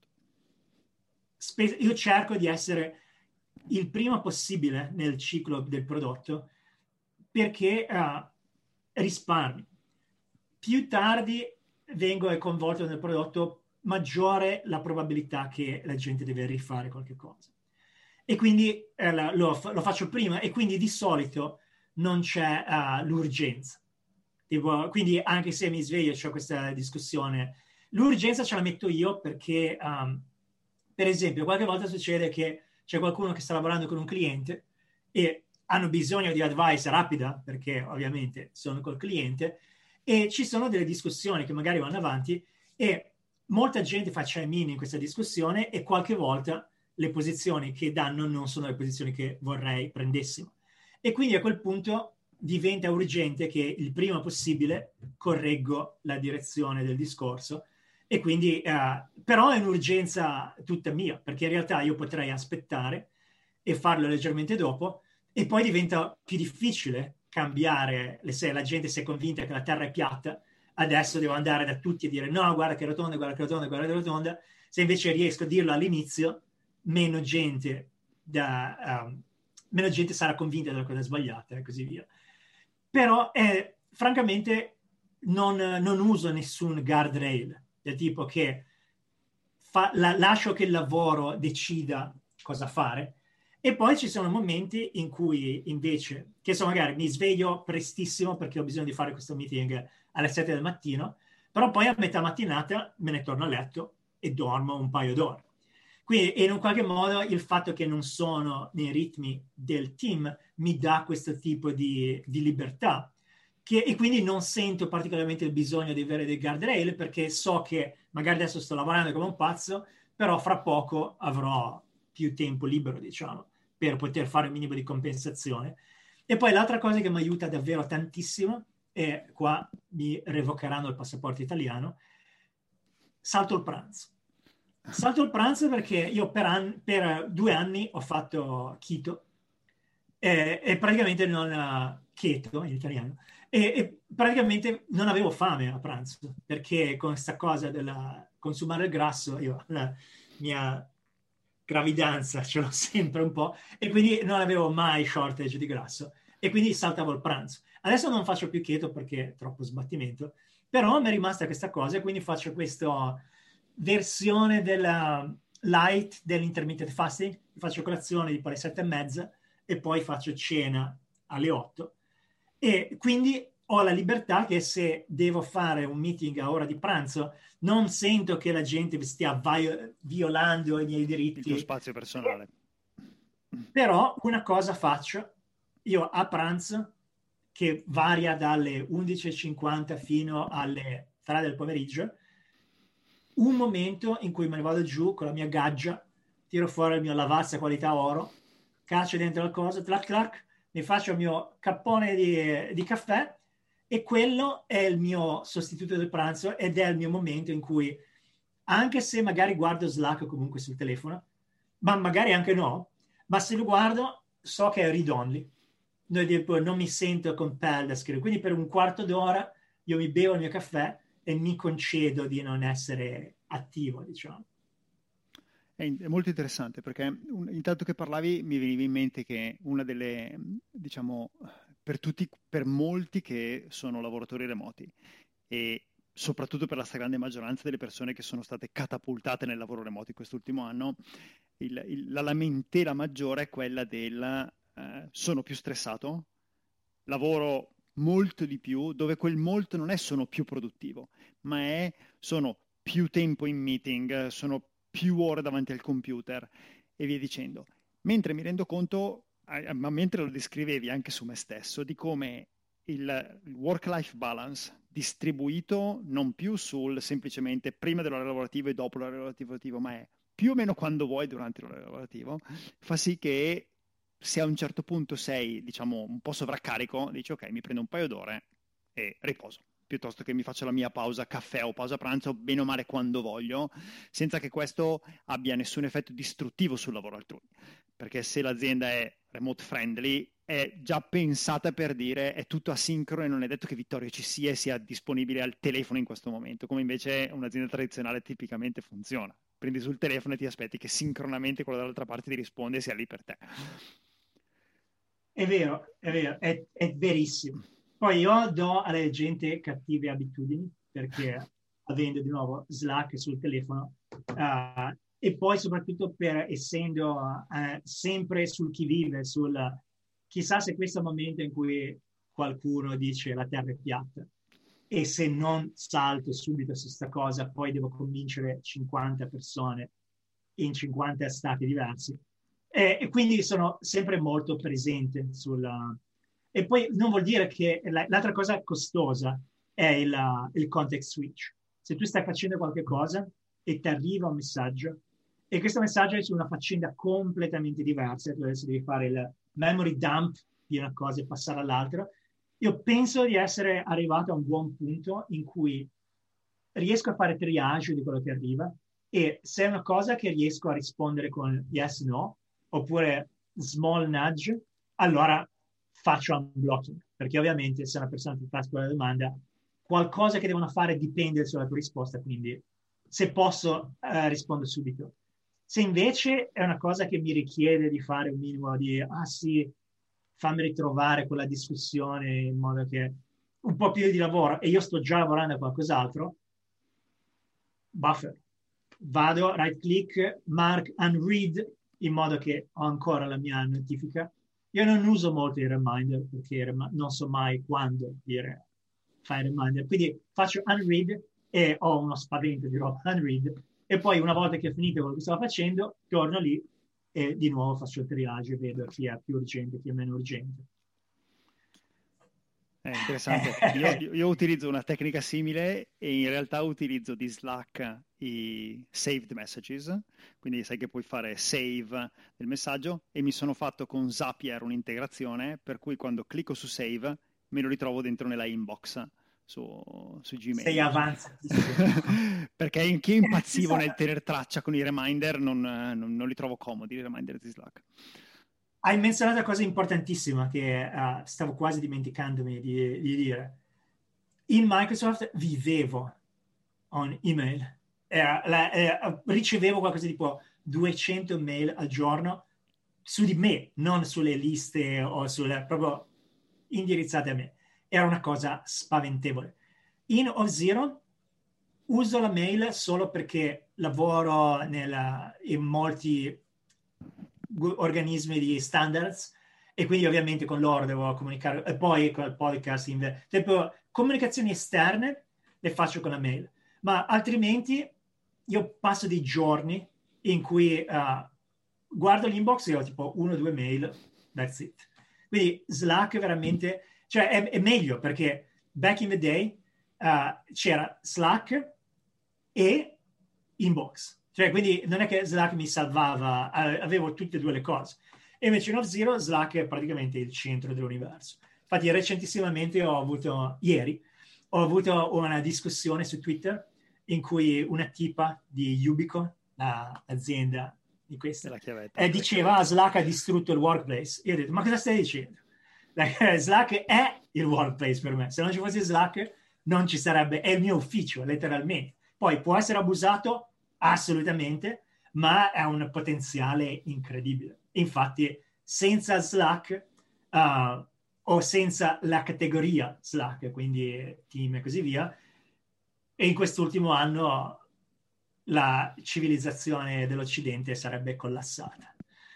spe- io cerco di essere il prima possibile nel ciclo del prodotto perché uh, risparmi. Più tardi vengo coinvolto nel prodotto, maggiore la probabilità che la gente deve rifare qualche cosa. E quindi eh, lo, lo faccio prima e quindi di solito non c'è uh, l'urgenza. Tipo, quindi anche se mi sveglio c'è questa discussione, l'urgenza ce la metto io perché, um, per esempio, qualche volta succede che c'è qualcuno che sta lavorando con un cliente e hanno bisogno di advice rapida perché ovviamente sono col cliente e ci sono delle discussioni che magari vanno avanti e molta gente fa chime-in in questa discussione e qualche volta le posizioni che danno non sono le posizioni che vorrei prendessimo. E quindi a quel punto diventa urgente che il prima possibile correggo la direzione del discorso e quindi eh, però è un'urgenza tutta mia perché in realtà io potrei aspettare e farlo leggermente dopo e poi diventa più difficile cambiare le, se la gente si è convinta che la terra è piatta adesso devo andare da tutti e dire no guarda che è rotonda, guarda che è rotonda, guarda che è rotonda. Se invece riesco a dirlo all'inizio meno gente da, um, meno gente sarà convinta della cosa sbagliata e così via. Però eh, francamente non, non uso nessun guardrail del tipo che fa, la, lascio che il lavoro decida cosa fare e poi ci sono momenti in cui invece, che so magari mi sveglio prestissimo perché ho bisogno di fare questo meeting alle sette del mattino, però poi a metà mattinata me ne torno a letto e dormo un paio d'ore. Quindi in un qualche modo il fatto che non sono nei ritmi del team mi dà questo tipo di, di libertà che, e quindi non sento particolarmente il bisogno di avere dei guardrail perché so che magari adesso sto lavorando come un pazzo, però fra poco avrò più tempo libero, diciamo, per poter fare un minimo di compensazione. E poi l'altra cosa che mi aiuta davvero tantissimo, e qua mi revocheranno il passaporto italiano, salto il pranzo. Salto il pranzo perché io per, an- per due anni ho fatto keto e, e praticamente non keto in italiano e, e praticamente non avevo fame a pranzo perché con questa cosa del consumare il grasso io la mia gravidanza ce l'ho sempre un po' e quindi non avevo mai shortage di grasso e quindi saltavo il pranzo. Adesso non faccio più keto perché è troppo sbattimento, però mi è rimasta questa cosa e quindi faccio questa versione della light dell'intermittent fasting, faccio colazione tipo alle sette e mezza e poi faccio cena alle otto e quindi ho la libertà che se devo fare un meeting a ora di pranzo non sento che la gente stia vi- violando i miei diritti. Il tuo spazio personale. Però una cosa faccio, io a pranzo, che varia dalle undici e cinquanta fino alle tre del pomeriggio, un momento in cui me ne vado giù con la mia gaggia, tiro fuori il mio Lavazza qualità oro, caccio dentro la cosa, clac clac, mi faccio il mio cappone di, di caffè e quello è il mio sostituto del pranzo ed è il mio momento in cui, anche se magari guardo Slack o comunque sul telefono, ma magari anche no, ma se lo guardo so che è read only. Non mi sento compelled a scrivere. Quindi per un quarto d'ora io mi bevo il mio caffè e mi concedo di non essere attivo, diciamo. È, è molto interessante perché un, intanto che parlavi mi veniva in mente che una delle, diciamo, per tutti, per molti che sono lavoratori remoti e soprattutto per la stragrande maggioranza delle persone che sono state catapultate nel lavoro remoto in quest'ultimo anno, il, il, la lamentela maggiore è quella del eh, sono più stressato, lavoro molto di più, dove quel molto non è sono più produttivo, ma è sono più tempo in meeting, sono più ore davanti al computer e via dicendo. Mentre mi rendo conto, eh, ma mentre lo descrivevi anche su me stesso, di come il, il work-life balance distribuito non più sul semplicemente prima dell'orario lavorativo e dopo l'orario lavorativo, ma è più o meno quando vuoi durante l'orario lavorativo, fa sì che se a un certo punto sei, diciamo, un po' sovraccarico, dici ok, mi prendo un paio d'ore e riposo, piuttosto che mi faccio la mia pausa caffè o pausa pranzo, bene o male quando voglio, senza che questo abbia nessun effetto distruttivo sul lavoro altrui. Perché se l'azienda è remote friendly, è già pensata per dire è tutto asincrono e non è detto che Vittorio ci sia e sia disponibile al telefono in questo momento, come invece un'azienda tradizionale tipicamente funziona. Prendi sul telefono e ti aspetti che sincronamente quello dall'altra parte ti risponde e sia lì per te. È vero, è vero, è, è verissimo. Poi io do alla gente cattive abitudini, perché avendo di nuovo Slack sul telefono, uh, e poi soprattutto per essendo uh, sempre sul chi vive, sul chissà se questo è il momento in cui qualcuno dice la terra è piatta, e se non salto subito su questa cosa, poi devo convincere cinquanta persone in cinquanta stati diversi. E, e quindi sono sempre molto presente sulla... E poi non vuol dire che la, l'altra cosa costosa è il, il context switch. Se tu stai facendo qualche cosa e ti arriva un messaggio e questo messaggio è su una faccenda completamente diversa, tu adesso devi fare il memory dump di una cosa e passare all'altra, io penso di essere arrivato a un buon punto in cui riesco a fare triage di quello che arriva, e se è una cosa che riesco a rispondere con yes, no, oppure small nudge, allora faccio unblocking, perché ovviamente se una persona ti fa quella domanda, qualcosa che devono fare dipende dalla tua risposta, quindi se posso eh, rispondo subito. Se invece è una cosa che mi richiede di fare un minimo di, ah sì, fammi ritrovare quella discussione in modo che un po' più di lavoro e io sto già lavorando a qualcos'altro, buffer. Vado, right click, mark, unread, in modo che ho ancora la mia notifica. Io non uso molto i reminder perché non so mai quando dire fai reminder. Quindi faccio unread e ho uno spavento di roba unread, e poi una volta che ho finito quello che stavo facendo, torno lì e di nuovo faccio il triage e vedo chi è più urgente, chi è meno urgente. È interessante. Io, io utilizzo una tecnica simile e in realtà utilizzo di Slack i saved messages, quindi sai che puoi fare save del messaggio, e mi sono fatto con Zapier un'integrazione per cui quando clicco su save me lo ritrovo dentro nella inbox su, su Gmail. Sei avanzatissimo. Perché anch'io impazzivo nel tenere traccia con i reminder, non, non, non li trovo comodi i reminder di Slack. Hai menzionato una cosa importantissima che uh, stavo quasi dimenticandomi di, di dire. In Microsoft vivevo on email. Era la, eh, ricevevo qualcosa tipo duecento mail al giorno su di me, non sulle liste o sulle, proprio indirizzate a me. Era una cosa spaventevole. In Auth0 uso la mail solo perché lavoro nella, in molti organismi di standards e quindi ovviamente con loro devo comunicare, e poi con il podcast in, tipo, comunicazioni esterne le faccio con la mail, ma altrimenti io passo dei giorni in cui uh, guardo l'inbox e ho tipo uno o due mail, that's it. Quindi Slack veramente, cioè è, è meglio perché back in the day uh, c'era Slack e inbox. Cioè, quindi non è che Slack mi salvava, avevo tutte e due le cose. E invece in Auth0 Slack è praticamente il centro dell'universo. Infatti recentissimamente ho avuto, ieri, ho avuto una discussione su Twitter in cui una tipa di Ubico, l'azienda di questa, eh, diceva ah, Slack ha distrutto il workplace. Io ho detto, ma cosa stai dicendo? Slack è il workplace per me. Se non ci fosse Slack non ci sarebbe, è il mio ufficio, letteralmente. Poi può essere abusato? Assolutamente, ma ha un potenziale incredibile. Infatti, senza Slack uh, o senza la categoria Slack, quindi team e così via, e in quest'ultimo anno la civilizzazione dell'Occidente sarebbe collassata.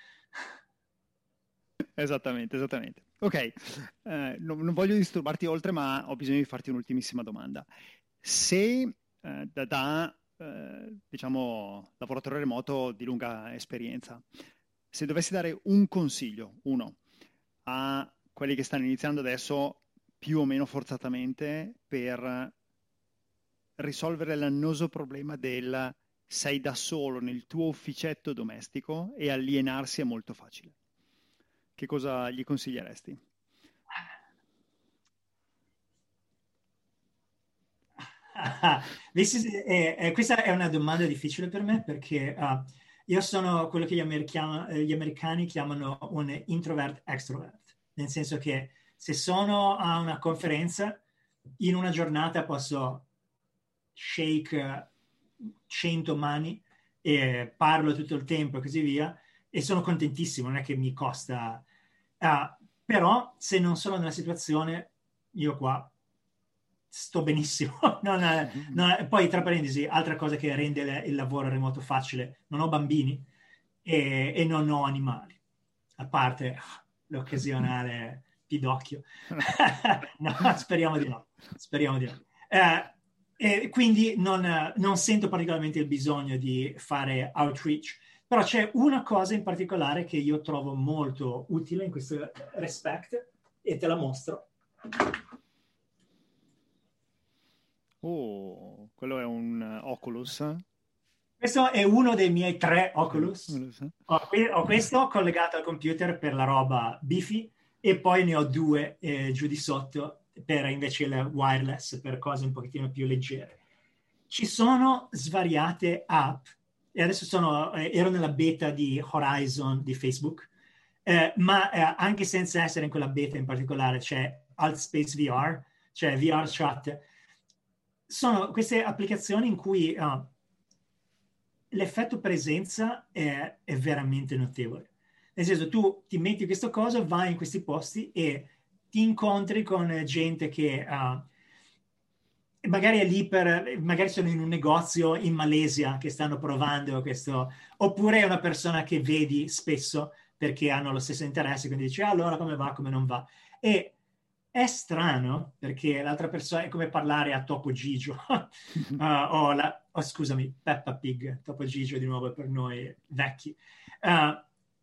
Esattamente, esattamente. Ok, eh, non, non voglio disturbarti oltre, ma ho bisogno di farti un'ultimissima domanda. Se eh, da, da eh, diciamo, lavoratore remoto di lunga esperienza, se dovessi dare un consiglio, uno, a quelli che stanno iniziando adesso più o meno forzatamente per risolvere l'annoso problema del sei da solo nel tuo ufficetto domestico e alienarsi è molto facile, che cosa gli consiglieresti? This is, eh, eh, questa è una domanda difficile per me perché uh, io sono quello che gli, americani, gli americani chiamano un introvert extrovert, nel senso che se sono a una conferenza, in una giornata posso shake cento mani e parlo tutto il tempo e così via, e sono contentissimo, non è che mi costa. Uh, però se non sono nella situazione, io qua sto benissimo. non è, non è, poi, tra parentesi, altra cosa che rende il lavoro remoto facile: non ho bambini e, e non ho animali, a parte l'occasionale pidocchio. No, speriamo di no. Speriamo di no. Eh, e quindi non, non sento particolarmente il bisogno di fare outreach. Però c'è una cosa in particolare che io trovo molto utile in questo respect e te la mostro. Oh, quello è un uh, Oculus. Questo è uno dei miei tre Oculus. Oculus. Ho, qui, ho questo collegato al computer per la roba bifi e poi ne ho due eh, giù di sotto per invece il wireless, per cose un pochettino più leggere. Ci sono svariate app, e adesso sono, eh, ero nella beta di Horizon di Facebook, eh, ma eh, anche senza essere in quella beta in particolare c'è Altspace V R, c'è V R Chat. Sono queste applicazioni in cui uh, l'effetto presenza è, è veramente notevole. Nel senso, tu ti metti questo coso, vai in questi posti e ti incontri con gente che uh, magari è lì per, magari sono in un negozio in Malesia che stanno provando questo, oppure è una persona che vedi spesso perché hanno lo stesso interesse, quindi dici, ah, allora come va, come non va. E è strano perché l'altra persona è come parlare a Topo Gigio uh, o, la, oh, scusami, Peppa Pig. Topo Gigio di nuovo per noi vecchi. Uh,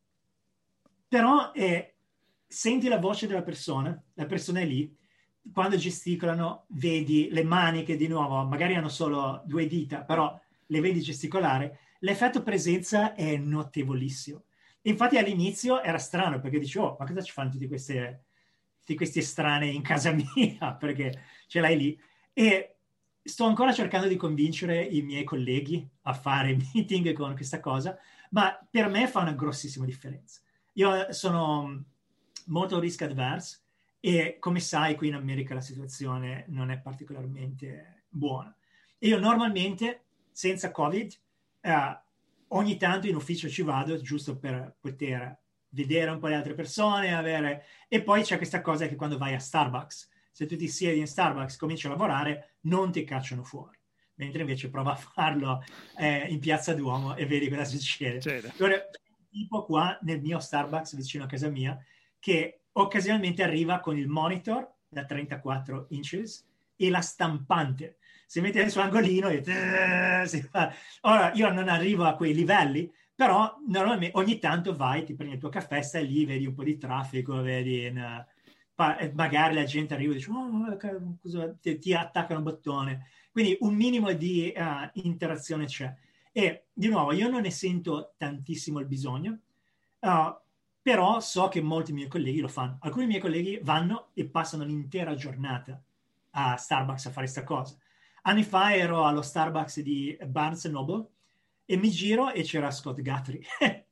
però eh, senti la voce della persona, la persona è lì, quando gesticolano vedi le mani che di nuovo magari hanno solo due dita, però le vedi gesticolare. L'effetto presenza è notevolissimo. Infatti all'inizio era strano perché dicevo, oh, ma cosa ci fanno tutti queste, tutti questi estranei in casa mia? Perché ce l'hai lì. E sto ancora cercando di convincere i miei colleghi a fare meeting con questa cosa, ma per me fa una grossissima differenza. Io sono molto risk adverse e come sai qui in America la situazione non è particolarmente buona. E io normalmente senza Covid eh, ogni tanto in ufficio ci vado giusto per poter vedere un po' le altre persone, avere... e poi c'è questa cosa che quando vai a Starbucks, se tu ti siedi in Starbucks, cominci a lavorare, non ti cacciano fuori. Mentre invece prova a farlo eh, in Piazza Duomo e vedi cosa succede. Certo. Ora, tipo qua nel mio Starbucks vicino a casa mia, che occasionalmente arriva con il monitor da trentaquattro inches e la stampante. Si mette nel suo angolino e si fa. Ora, io non arrivo a quei livelli, però normalmente ogni tanto vai, ti prendi il tuo caffè, stai lì, vedi un po' di traffico, vedi una, magari la gente arriva e dice oh, cosa, ti, ti attaccano un bottone. Quindi un minimo di uh, interazione c'è. E di nuovo, io non ne sento tantissimo il bisogno, uh, però so che molti miei colleghi lo fanno. Alcuni miei colleghi vanno e passano l'intera giornata a Starbucks a fare questa cosa. Anni fa ero allo Starbucks di Barnes and Noble e mi giro e c'era Scott Guthrie.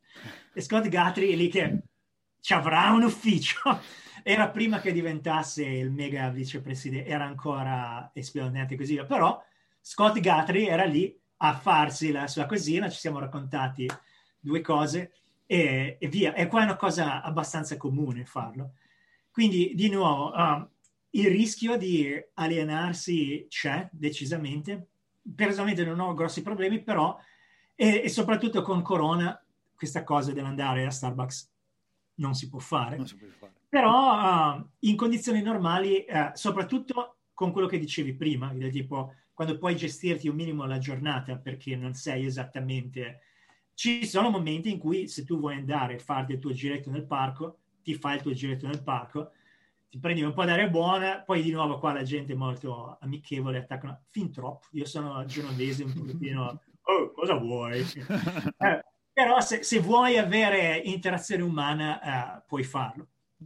E Scott Guthrie è lì che ci avrà un ufficio. Era prima che diventasse il mega vicepresidente, era ancora esplodente così, però Scott Guthrie era lì a farsi la sua cosina, ci siamo raccontati due cose e, e via. E qua è una cosa abbastanza comune farlo. Quindi, di nuovo, uh, il rischio di alienarsi c'è decisamente. Personalmente non ho grossi problemi, però, e, e soprattutto con Corona, questa cosa dell'andare a Starbucks non si può fare. Non si può fare. Però uh, in condizioni normali, uh, soprattutto con quello che dicevi prima, del tipo quando puoi gestirti un minimo la giornata perché non sei esattamente... Ci sono momenti in cui se tu vuoi andare a farti il tuo giretto nel parco, ti fai il tuo giretto nel parco, ti prendi un po' d'aria buona, poi di nuovo qua la gente è molto amichevole, attaccano fin troppo. Io sono genovese un pochettino, oh, cosa vuoi? eh, però se, se vuoi avere interazione umana, eh, puoi farlo.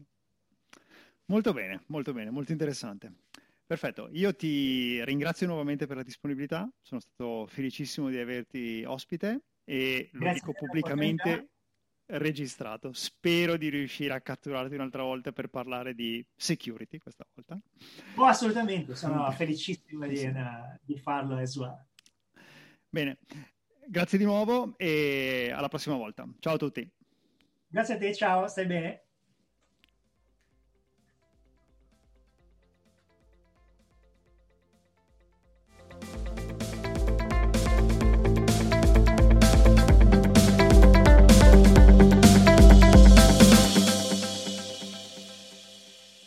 Molto bene, molto bene, molto interessante. Perfetto, io ti ringrazio nuovamente per la disponibilità, sono stato felicissimo di averti ospite e lo Grazie dico pubblicamente, registrato. Spero di riuscire a catturarti un'altra volta per parlare di security questa volta. Oh, assolutamente, sono felicissimo di, di farlo as well. Bene, grazie di nuovo e alla prossima volta. Ciao a tutti. Grazie a te, ciao, stai bene?